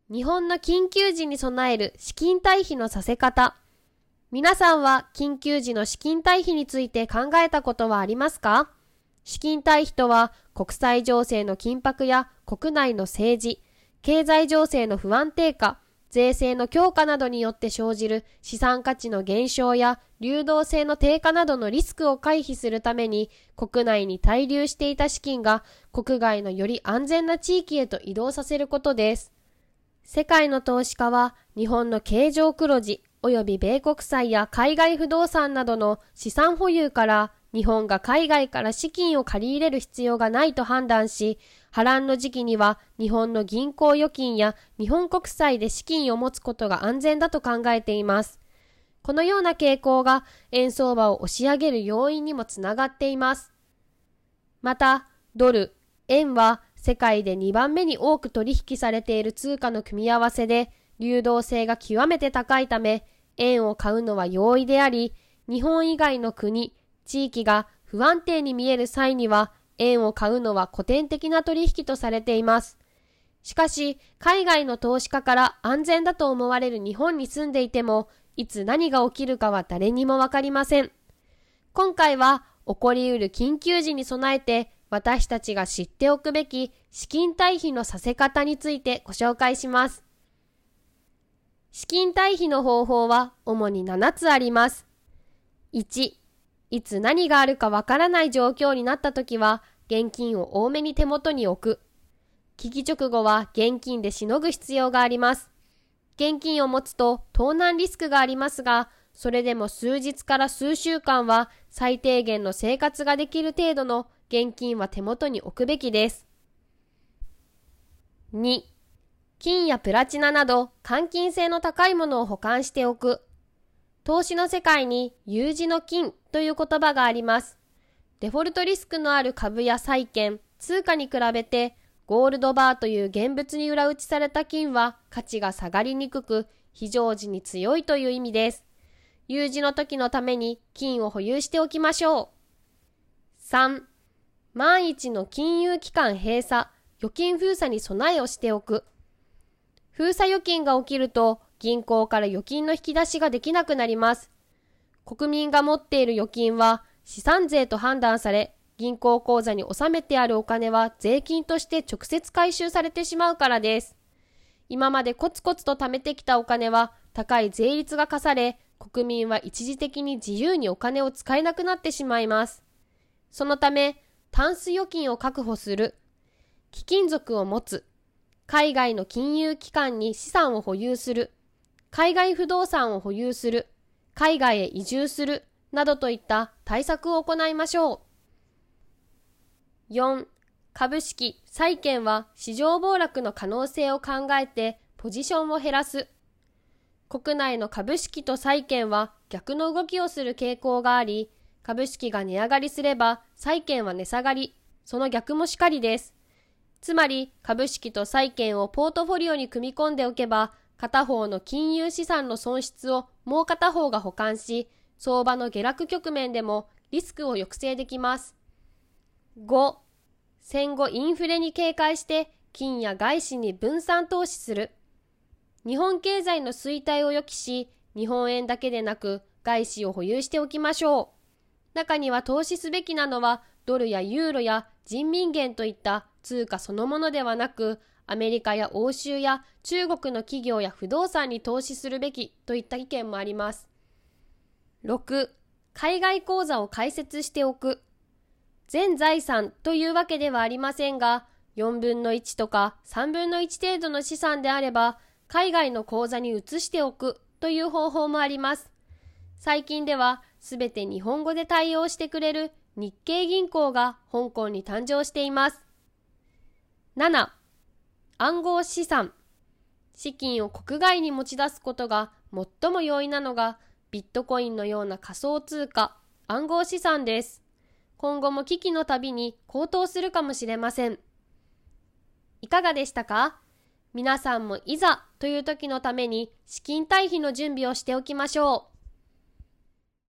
日本の緊急時に備える資金対比のさせ方。皆さんは緊急時の資金対比について考えたことはありますか？資金対比とは、国際情勢の緊迫や国内の政治、経済情勢の不安定化、税制の強化などによって生じる資産価値の減少や流動性の低下などのリスクを回避するために、国内に滞留していた資金が国外のより安全な地域へと移動させることです。世界の投資家は日本の経常黒字及び米国債や海外不動産などの資産保有から日本が海外から資金を借り入れる必要がないと判断し、波乱の時期には日本の銀行預金や日本国債で資金を持つことが安全だと考えています。このような傾向が円相場を押し上げる要因にもつながっています。また、ドル、円は世界で2番目に多く取引されている通貨の組み合わせで、流動性が極めて高いため、円を買うのは容易であり、日本以外の国、地域が不安定に見える際には、円を買うのは古典的な取引とされています。しかし、海外の投資家から安全だと思われる日本に住んでいても、いつ何が起きるかは誰にもわかりません。今回は、起こりうる緊急時に備えて、私たちが知っておくべき資金対比のさせ方についてご紹介します。資金対比の方法は主に7つあります。1、いつ何があるかわからない状況になったときは、現金を多めに手元に置く。危機直後は現金でしのぐ必要があります。現金を持つと盗難リスクがありますが、それでも数日から数週間は最低限の生活ができる程度の現金は手元に置くべきです。2、金やプラチナなど換金性の高いものを保管しておく。投資の世界に有事の金という言葉があります。デフォルトリスクのある株や債券、通貨に比べてゴールドバーという現物に裏打ちされた金は価値が下がりにくく、非常時に強いという意味です。有事の時のために金を保有しておきましょう。3、万一の金融機関閉鎖、預金封鎖に備えをしておく。封鎖預金が起きると銀行から預金の引き出しができなくなります。国民が持っている預金は資産税と判断され、銀行口座に納めてあるお金は税金として直接回収されてしまうからです。今までコツコツと貯めてきたお金は高い税率が課され、国民は一時的に自由にお金を使えなくなってしまいます。そのため、タンス預金を確保する、貴金属を持つ、海外の金融機関に資産を保有する、海外不動産を保有する、海外へ移住する、などといった対策を行いましょう。4、株式、債券は市場暴落の可能性を考えてポジションを減らす。国内の株式と債券は逆の動きをする傾向があり、株式が値上がりすれば債券は値下がり、その逆もしかりです。つまり株式と債券をポートフォリオに組み込んでおけば、片方の金融資産の損失をもう片方が補完し、相場の下落局面でもリスクを抑制できます。5、戦後インフレに警戒して金や外資に分散投資する。日本経済の衰退を予期し、日本円だけでなく外資を保有しておきましょう。中には投資すべきなのはドルやユーロや人民元といった通貨そのものではなく、アメリカや欧州や中国の企業や不動産に投資するべきといった意見もあります。6、海外口座を開設しておく。全財産というわけではありませんが、4分の1とか3分の1程度の資産であれば、海外の口座に移しておくという方法もあります。最近では、すべて日本語で対応してくれる日系銀行が香港に誕生しています。7、暗号資産。資金を国外に持ち出すことが最も容易なのが、ビットコインのような仮想通貨、暗号資産です。今後も危機のたびに高騰するかもしれません。いかがでしたか？皆さんもいざという時のために資金対比の準備をしておきましょう。